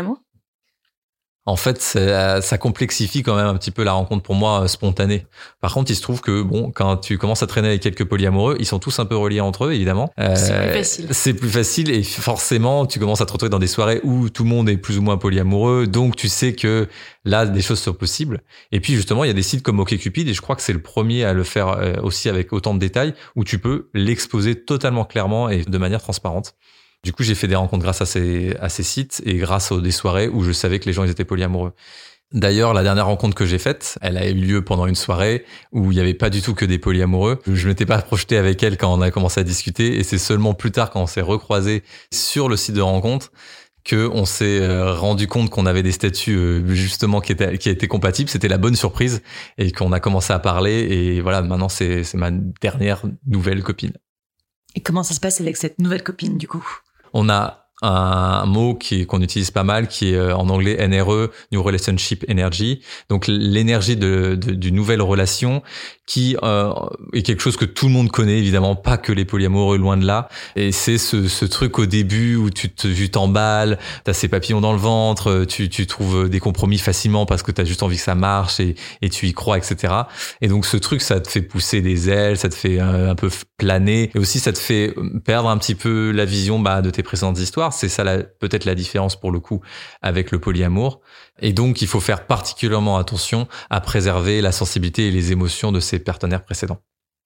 En fait, ça, ça complexifie quand même un petit peu la rencontre pour moi spontanée. Par contre, il se trouve que bon, quand tu commences à traîner avec quelques polyamoureux, ils sont tous un peu reliés entre eux, évidemment. Euh, c'est plus facile. C'est plus facile et forcément, tu commences à te retrouver dans des soirées où tout le monde est plus ou moins polyamoureux, donc tu sais que là, des choses sont possibles. Et puis justement, il y a des sites comme OkCupid et je crois que c'est le premier à le faire aussi avec autant de détails où tu peux l'exposer totalement clairement et de manière transparente. Du coup, j'ai fait des rencontres grâce à ces, à ces sites et grâce aux des soirées où je savais que les gens ils étaient polyamoureux. D'ailleurs, la dernière rencontre que j'ai faite, elle a eu lieu pendant une soirée où il n'y avait pas du tout que des polyamoureux. Je m'étais pas projeté avec elle quand on a commencé à discuter et c'est seulement plus tard quand on s'est recroisés sur le site de rencontre que on s'est rendu compte qu'on avait des statuts justement qui étaient qui étaient compatibles. C'était la bonne surprise et qu'on a commencé à parler et voilà, maintenant c'est c'est ma dernière nouvelle copine. Et comment ça se passe avec cette nouvelle copine du coup ? On a un mot qui, qu'on utilise pas mal, qui est en anglais N R E, New Relationship Energy. Donc l'énergie de, de, d'une nouvelle relation qui euh, est quelque chose que tout le monde connaît, évidemment, pas que les polyamoureux, loin de là. Et c'est ce, ce truc au début où tu, te, tu t'emballes, t'as ces papillons dans le ventre, tu, tu trouves des compromis facilement parce que t'as juste envie que ça marche et, et tu y crois, et cetera. Et donc ce truc, ça te fait pousser des ailes, ça te fait un, un peu planer et aussi ça te fait perdre un petit peu la vision bah, de tes précédentes histoires. C'est ça la, peut-être la différence pour le coup avec le polyamour. Et donc, il faut faire particulièrement attention à préserver la sensibilité et les émotions de ses partenaires précédents.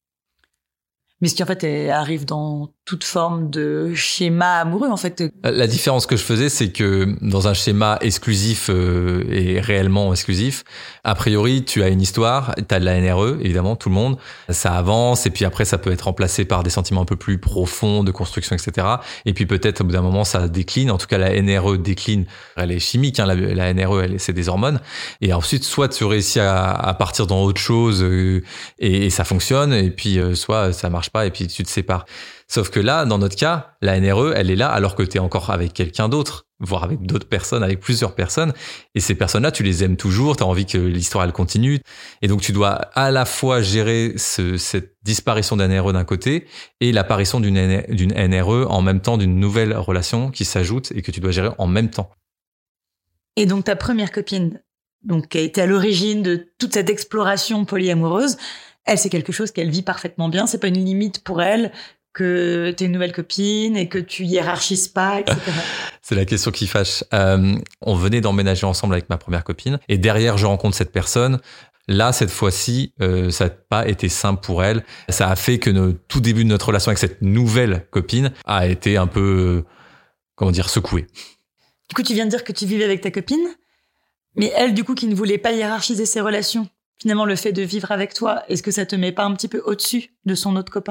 Mais ce qui, en fait, arrive dans toute forme de schéma amoureux, en fait. La différence que je faisais, c'est que dans un schéma exclusif euh, et réellement exclusif, a priori, tu as une histoire, tu as de la N R E, évidemment, tout le monde, ça avance, et puis après, ça peut être remplacé par des sentiments un peu plus profonds de construction, et cetera. Et puis peut-être, au bout d'un moment, ça décline. En tout cas, la N R E décline. Elle est chimique, hein, la, la N R E, elle, c'est des hormones. Et ensuite, soit tu réussis à, à partir dans autre chose euh, et, et ça fonctionne, et puis euh, soit ça marche pas et puis tu te sépares. Sauf que là, dans notre cas, la N R E, elle est là alors que tu es encore avec quelqu'un d'autre, voire avec d'autres personnes, avec plusieurs personnes. Et ces personnes-là, tu les aimes toujours, tu as envie que l'histoire, elle continue. Et donc, tu dois à la fois gérer ce, cette disparition d'N R E d'un côté et l'apparition d'une, N- d'une N R E en même temps d'une nouvelle relation qui s'ajoute et que tu dois gérer en même temps. Et donc, ta première copine, donc, qui a été à l'origine de toute cette exploration polyamoureuse, elle, c'est quelque chose qu'elle vit parfaitement bien. C'est pas une limite pour elle que t'es une nouvelle copine et que tu hiérarchises pas, et cetera. C'est la question qui fâche. Euh, on venait d'emménager ensemble avec ma première copine et derrière, je rencontre cette personne. Là, cette fois-ci, euh, ça n'a pas été simple pour elle. Ça a fait que le tout début de notre relation avec cette nouvelle copine a été un peu, euh, comment dire, secoué. Du coup, tu viens de dire que tu vivais avec ta copine, mais elle, du coup, qui ne voulait pas hiérarchiser ses relations. Finalement, le fait de vivre avec toi, est-ce que ça te met pas un petit peu au-dessus de son autre copain ?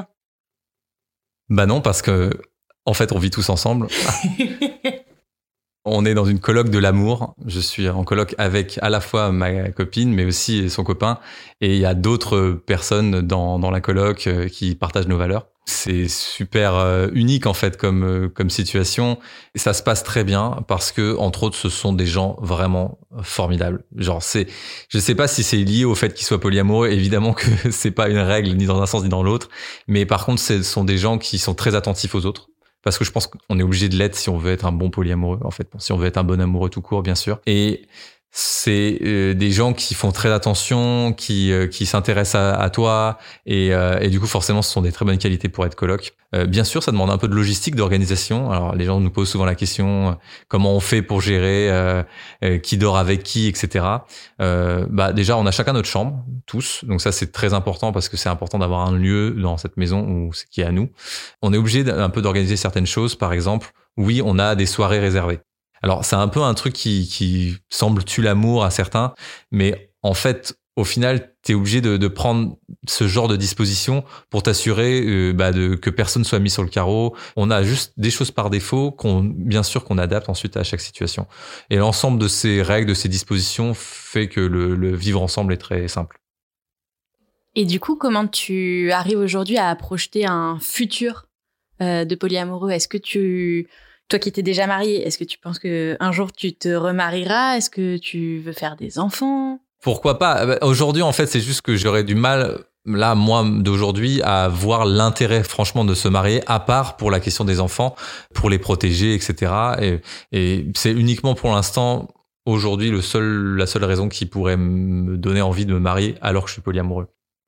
Bah non, parce que en fait, on vit tous ensemble. On est dans une coloc de l'amour. Je suis en coloc avec à la fois ma copine, mais aussi son copain. Et il y a d'autres personnes dans, dans la coloc qui partagent nos valeurs. C'est super euh, unique en fait comme euh, comme situation. Et ça se passe très bien parce que entre autres, ce sont des gens vraiment formidables. Genre c'est, je sais pas si c'est lié au fait qu'ils soient polyamoureux. Évidemment que c'est pas une règle ni dans un sens ni dans l'autre. Mais par contre, ce sont des gens qui sont très attentifs aux autres. Parce que je pense qu'on est obligé de l'être si on veut être un bon polyamoureux, en fait. Si on veut être un bon amoureux tout court, bien sûr. Et c'est euh, des gens qui font très attention, qui euh, qui s'intéressent à, à toi. Et, euh, et du coup, forcément, ce sont des très bonnes qualités pour être coloc. Euh, bien sûr, ça demande un peu de logistique, d'organisation. Alors, les gens nous posent souvent la question, euh, comment on fait pour gérer euh, euh, qui dort avec qui, et cetera. Euh, bah, déjà, on a chacun notre chambre, tous. Donc ça, c'est très important parce que c'est important d'avoir un lieu dans cette maison où c'est qui est à nous. On est obligé d'un peu d'organiser certaines choses. Par exemple, oui, on a des soirées réservées. Alors, c'est un peu un truc qui, qui semble tuer l'amour à certains, mais en fait, au final, t'es obligé de, de prendre ce genre de disposition pour t'assurer euh, bah, de, que personne soit mis sur le carreau. On a juste des choses par défaut qu'on, bien sûr, qu'on adapte ensuite à chaque situation. Et l'ensemble de ces règles, de ces dispositions fait que le, le vivre ensemble est très simple. Et du coup, comment tu arrives aujourd'hui à projeter un futur euh, de polyamoureux? Est-ce que tu, toi qui étais déjà marié, est-ce que tu penses que un jour tu te remarieras? Est-ce que tu veux faire des enfants? Pourquoi pas? Aujourd'hui, en fait, c'est juste que j'aurais du mal, là, moi, d'aujourd'hui, à voir l'intérêt, franchement, de se marier, à part pour la question des enfants, pour les protéger, et cetera. Et, et c'est uniquement pour l'instant, aujourd'hui, le seul, la seule raison qui pourrait me donner envie de me marier alors que je suis polyamoureux.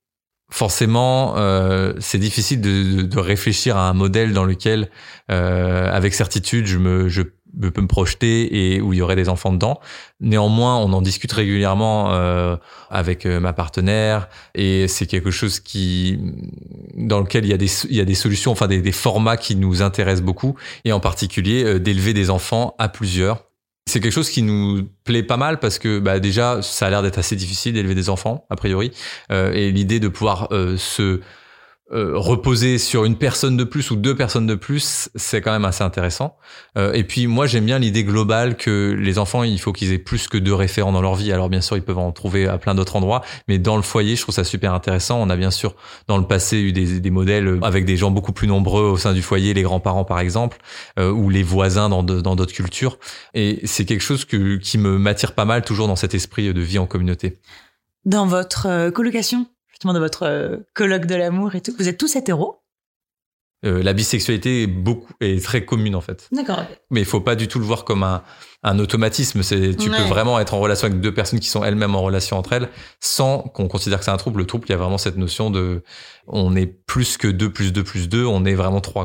Forcément, euh, c'est difficile de, de, de réfléchir à un modèle dans lequel, euh, avec certitude, je me, je peux me projeter et où il y aurait des enfants dedans. Néanmoins, on en discute régulièrement euh, avec euh, ma partenaire et c'est quelque chose qui, dans lequel il y a des, il y a des solutions, enfin des, des formats qui nous intéressent beaucoup et en particulier euh, d'élever des enfants à plusieurs. C'est quelque chose qui nous plaît pas mal parce que bah déjà ça a l'air d'être assez difficile d'élever des enfants a priori euh, et l'idée de pouvoir euh, se euh, reposer sur une personne de plus ou deux personnes de plus, c'est quand même assez intéressant. Euh, et puis moi j'aime bien l'idée globale que les enfants il faut qu'ils aient plus que deux référents dans leur vie. Alors bien sûr ils peuvent en trouver à plein d'autres endroits, mais dans le foyer je trouve ça super intéressant. On a bien sûr dans le passé eu des, des modèles avec des gens beaucoup plus nombreux au sein du foyer, les grands-parents par exemple, euh, ou les voisins dans de, dans d'autres cultures. Et c'est quelque chose que, qui me m'attire pas mal toujours dans cet esprit de vie en communauté. Dans votre euh, colocation, justement dans votre euh, colloque de l'amour et tout, vous êtes tous hétéros? Euh, la bisexualité est beaucoup est très commune en fait. D'accord. Mais il faut pas du tout le voir comme un, un automatisme. C'est, tu ouais. peux vraiment être en relation avec deux personnes qui sont elles-mêmes en relation entre elles sans qu'on considère que c'est un trouble. Le trouble, il y a vraiment cette notion de on est plus que deux plus deux plus deux, on est vraiment trois.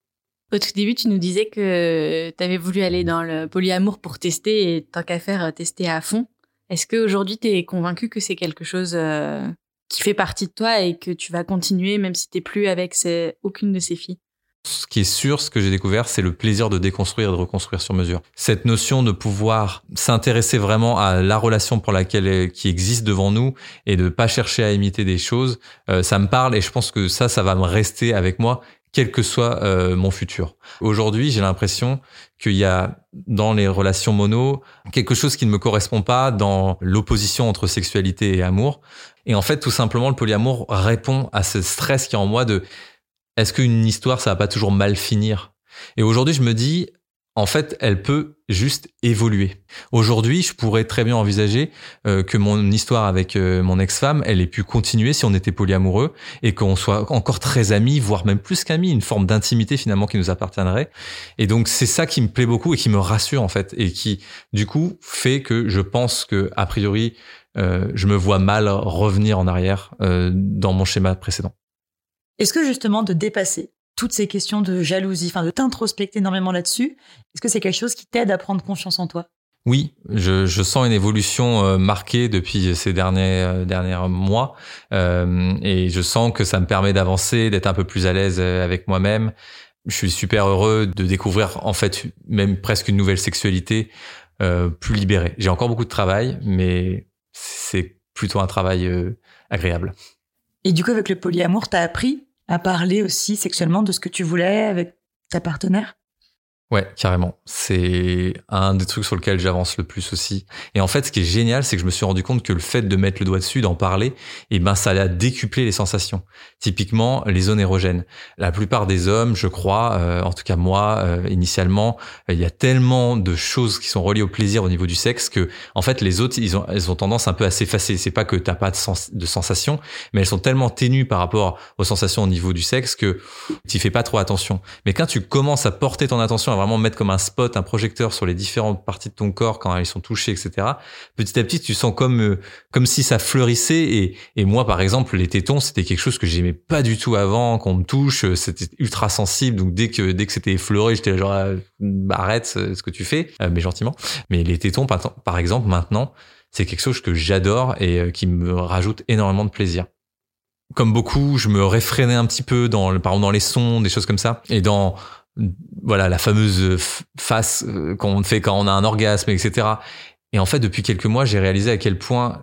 Au tout début, tu nous disais que tu avais voulu aller dans le polyamour pour tester et tant qu'à faire, tester à fond. Est-ce qu'aujourd'hui, tu es convaincu que c'est quelque chose euh, qui fait partie de toi et que tu vas continuer même si tu n'es plus avec ces, aucune de ces filles? Ce qui est sûr, ce que j'ai découvert, c'est le plaisir de déconstruire et de reconstruire sur mesure. Cette notion de pouvoir s'intéresser vraiment à la relation pour laquelle qui existe devant nous et de pas chercher à imiter des choses, euh, ça me parle et je pense que ça, ça va me rester avec moi, quel que soit euh, mon futur. Aujourd'hui, j'ai l'impression qu'il y a dans les relations mono quelque chose qui ne me correspond pas dans l'opposition entre sexualité et amour. Et en fait, tout simplement, le polyamour répond à ce stress qui est en moi de est-ce qu'une histoire, ça va pas toujours mal finir? Et aujourd'hui, je me dis, en fait, elle peut juste évoluer. Aujourd'hui, je pourrais très bien envisager euh, que mon histoire avec euh, mon ex-femme, elle ait pu continuer si on était polyamoureux et qu'on soit encore très amis, voire même plus qu'amis, une forme d'intimité finalement qui nous appartiendrait. Et donc, c'est ça qui me plaît beaucoup et qui me rassure en fait et qui, du coup, fait que je pense que, a priori, euh, je me vois mal revenir en arrière euh, dans mon schéma précédent. Est-ce que justement de dépasser toutes ces questions de jalousie, enfin de t'introspecter énormément là-dessus, est-ce que c'est quelque chose qui t'aide à prendre confiance en toi? Oui, je, je sens une évolution euh, marquée depuis ces derniers euh, derniers mois euh, et je sens que ça me permet d'avancer, d'être un peu plus à l'aise avec moi-même. Je suis super heureux de découvrir en fait même presque une nouvelle sexualité euh, plus libérée. J'ai encore beaucoup de travail, mais c'est plutôt un travail euh, agréable. Et du coup, avec le polyamour, t'as appris à parler aussi sexuellement de ce que tu voulais avec ta partenaire? Ouais, carrément. C'est un des trucs sur lequel j'avance le plus aussi. Et en fait, ce qui est génial, c'est que je me suis rendu compte que le fait de mettre le doigt dessus, d'en parler, eh ben, ça allait décupler les sensations. Typiquement, les zones érogènes. La plupart des hommes, je crois, euh, en tout cas moi, euh, initialement, euh, il y a tellement de choses qui sont reliées au plaisir au niveau du sexe que, en fait, les autres, ils ont, elles ont tendance un peu à s'effacer. C'est pas que t'as pas de, sens, de sensations, mais elles sont tellement ténues par rapport aux sensations au niveau du sexe que t'y fais pas trop attention. Mais quand tu commences à porter ton attention vraiment mettre comme un spot, un projecteur sur les différentes parties de ton corps quand elles sont touchées, et cetera. Petit à petit, tu sens comme euh, comme si ça fleurissait. Et, et moi, par exemple, les tétons, c'était quelque chose que j'aimais pas du tout avant, qu'on me touche. C'était ultra sensible. Donc dès que dès que c'était effleuré, j'étais genre ah, arrête ce que tu fais, euh, mais gentiment. Mais les tétons, par, par exemple, maintenant, c'est quelque chose que j'adore et euh, qui me rajoute énormément de plaisir. Comme beaucoup, je me réfrénais un petit peu dans, par exemple, dans les sons, des choses comme ça, et dans voilà la fameuse face qu'on fait quand on a un orgasme, et cetera. Et en fait, depuis quelques mois, j'ai réalisé à quel point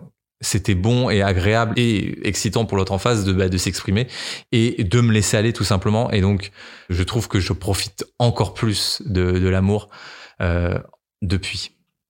c'était bon et agréable et excitant pour l'autre en face de, bah, de s'exprimer et de me laisser aller tout simplement. Et donc, je trouve que je profite encore plus de, de l'amour euh, depuis.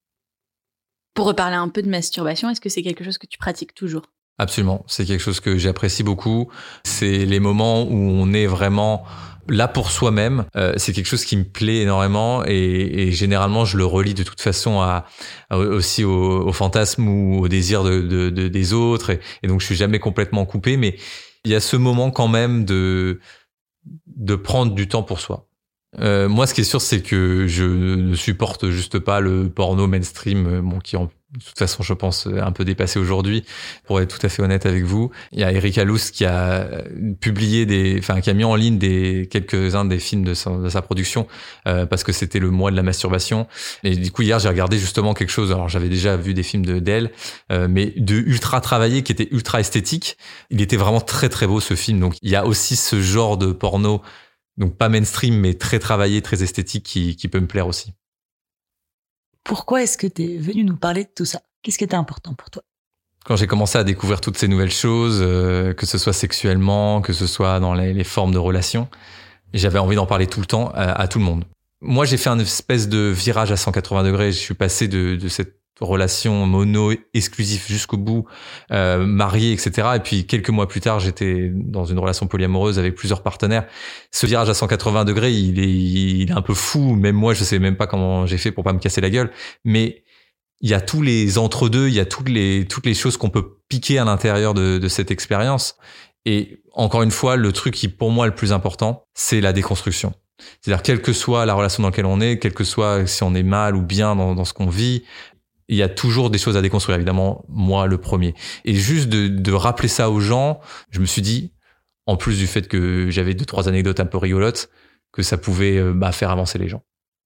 Pour reparler un peu de masturbation, est-ce que c'est quelque chose que tu pratiques toujours ? Absolument, c'est quelque chose que j'apprécie beaucoup. C'est les moments où on est vraiment là pour soi-même. Euh, c'est quelque chose qui me plaît énormément et, et généralement je le relie de toute façon à, à aussi au, au fantasme ou au désir de, de, de des autres et, et donc je suis jamais complètement coupé. Mais il y a ce moment quand même de de prendre du temps pour soi. Euh, moi, ce qui est sûr, c'est que je ne supporte juste pas le porno mainstream, bon, qui en de toute façon, je pense, un peu dépassé aujourd'hui, pour être tout à fait honnête avec vous. Il y a Erika Luce qui a publié des, enfin, qui a mis en ligne des, quelques-uns des films de sa, de sa production, euh, parce que c'était le mois de la masturbation. Et du coup, hier, j'ai regardé justement quelque chose, alors j'avais déjà vu des films de, d'elle, euh, mais de ultra travaillé, qui était ultra esthétique. Il était vraiment très, très beau, ce film. Donc, il y a aussi ce genre de porno, donc pas mainstream, mais très travaillé, très esthétique, qui, qui peut me plaire aussi. Pourquoi est-ce que tu es venu nous parler de tout ça ? Qu'est-ce qui était important pour toi ? Quand j'ai commencé à découvrir toutes ces nouvelles choses, euh, que ce soit sexuellement, que ce soit dans les, les formes de relations, j'avais envie d'en parler tout le temps à, à tout le monde. Moi, j'ai fait un espèce de virage à cent quatre-vingts degrés. Je suis passé de, de cette relation mono exclusive jusqu'au bout, euh, marié, et cetera. Et puis quelques mois plus tard, j'étais dans une relation polyamoureuse avec plusieurs partenaires. Ce virage à cent quatre-vingts degrés, il est, il est un peu fou. Même moi, je sais même pas comment j'ai fait pour pas me casser la gueule. Mais il y a tous les entre-deux, il y a toutes les, toutes les choses qu'on peut piquer à l'intérieur de, de cette expérience. Et encore une fois, le truc qui, pour moi, est le plus important, c'est la déconstruction. C'est-à-dire, quelle que soit la relation dans laquelle on est, quel que soit si on est mal ou bien dans, dans ce qu'on vit, il y a toujours des choses à déconstruire, évidemment, moi le premier. Et juste de, de rappeler ça aux gens, je me suis dit, en plus du fait que j'avais deux, trois anecdotes un peu rigolotes, que ça pouvait bah, faire avancer les gens.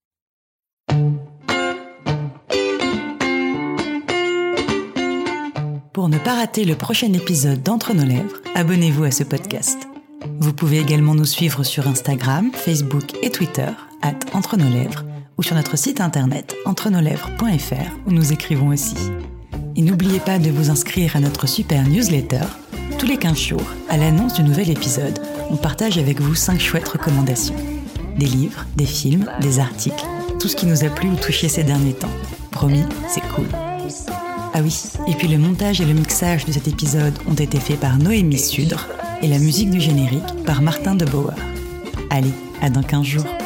Pour ne pas rater le prochain épisode d'Entre nos lèvres, abonnez-vous à ce podcast. Vous pouvez également nous suivre sur Instagram, Facebook et Twitter, arobase entre nos lèvres, ou sur notre site internet entre nos lèvres point f r où nous écrivons aussi. Et n'oubliez pas de vous inscrire à notre super newsletter. Tous les quinze jours, à l'annonce du nouvel épisode, on partage avec vous cinq chouettes recommandations. Des livres, des films, des articles, tout ce qui nous a plu ou touché ces derniers temps. Promis, c'est cool. Ah oui, et puis le montage et le mixage de cet épisode ont été faits par Noémie Sudre et la musique du générique par Martin de Bauer. Allez, à dans quinze jours.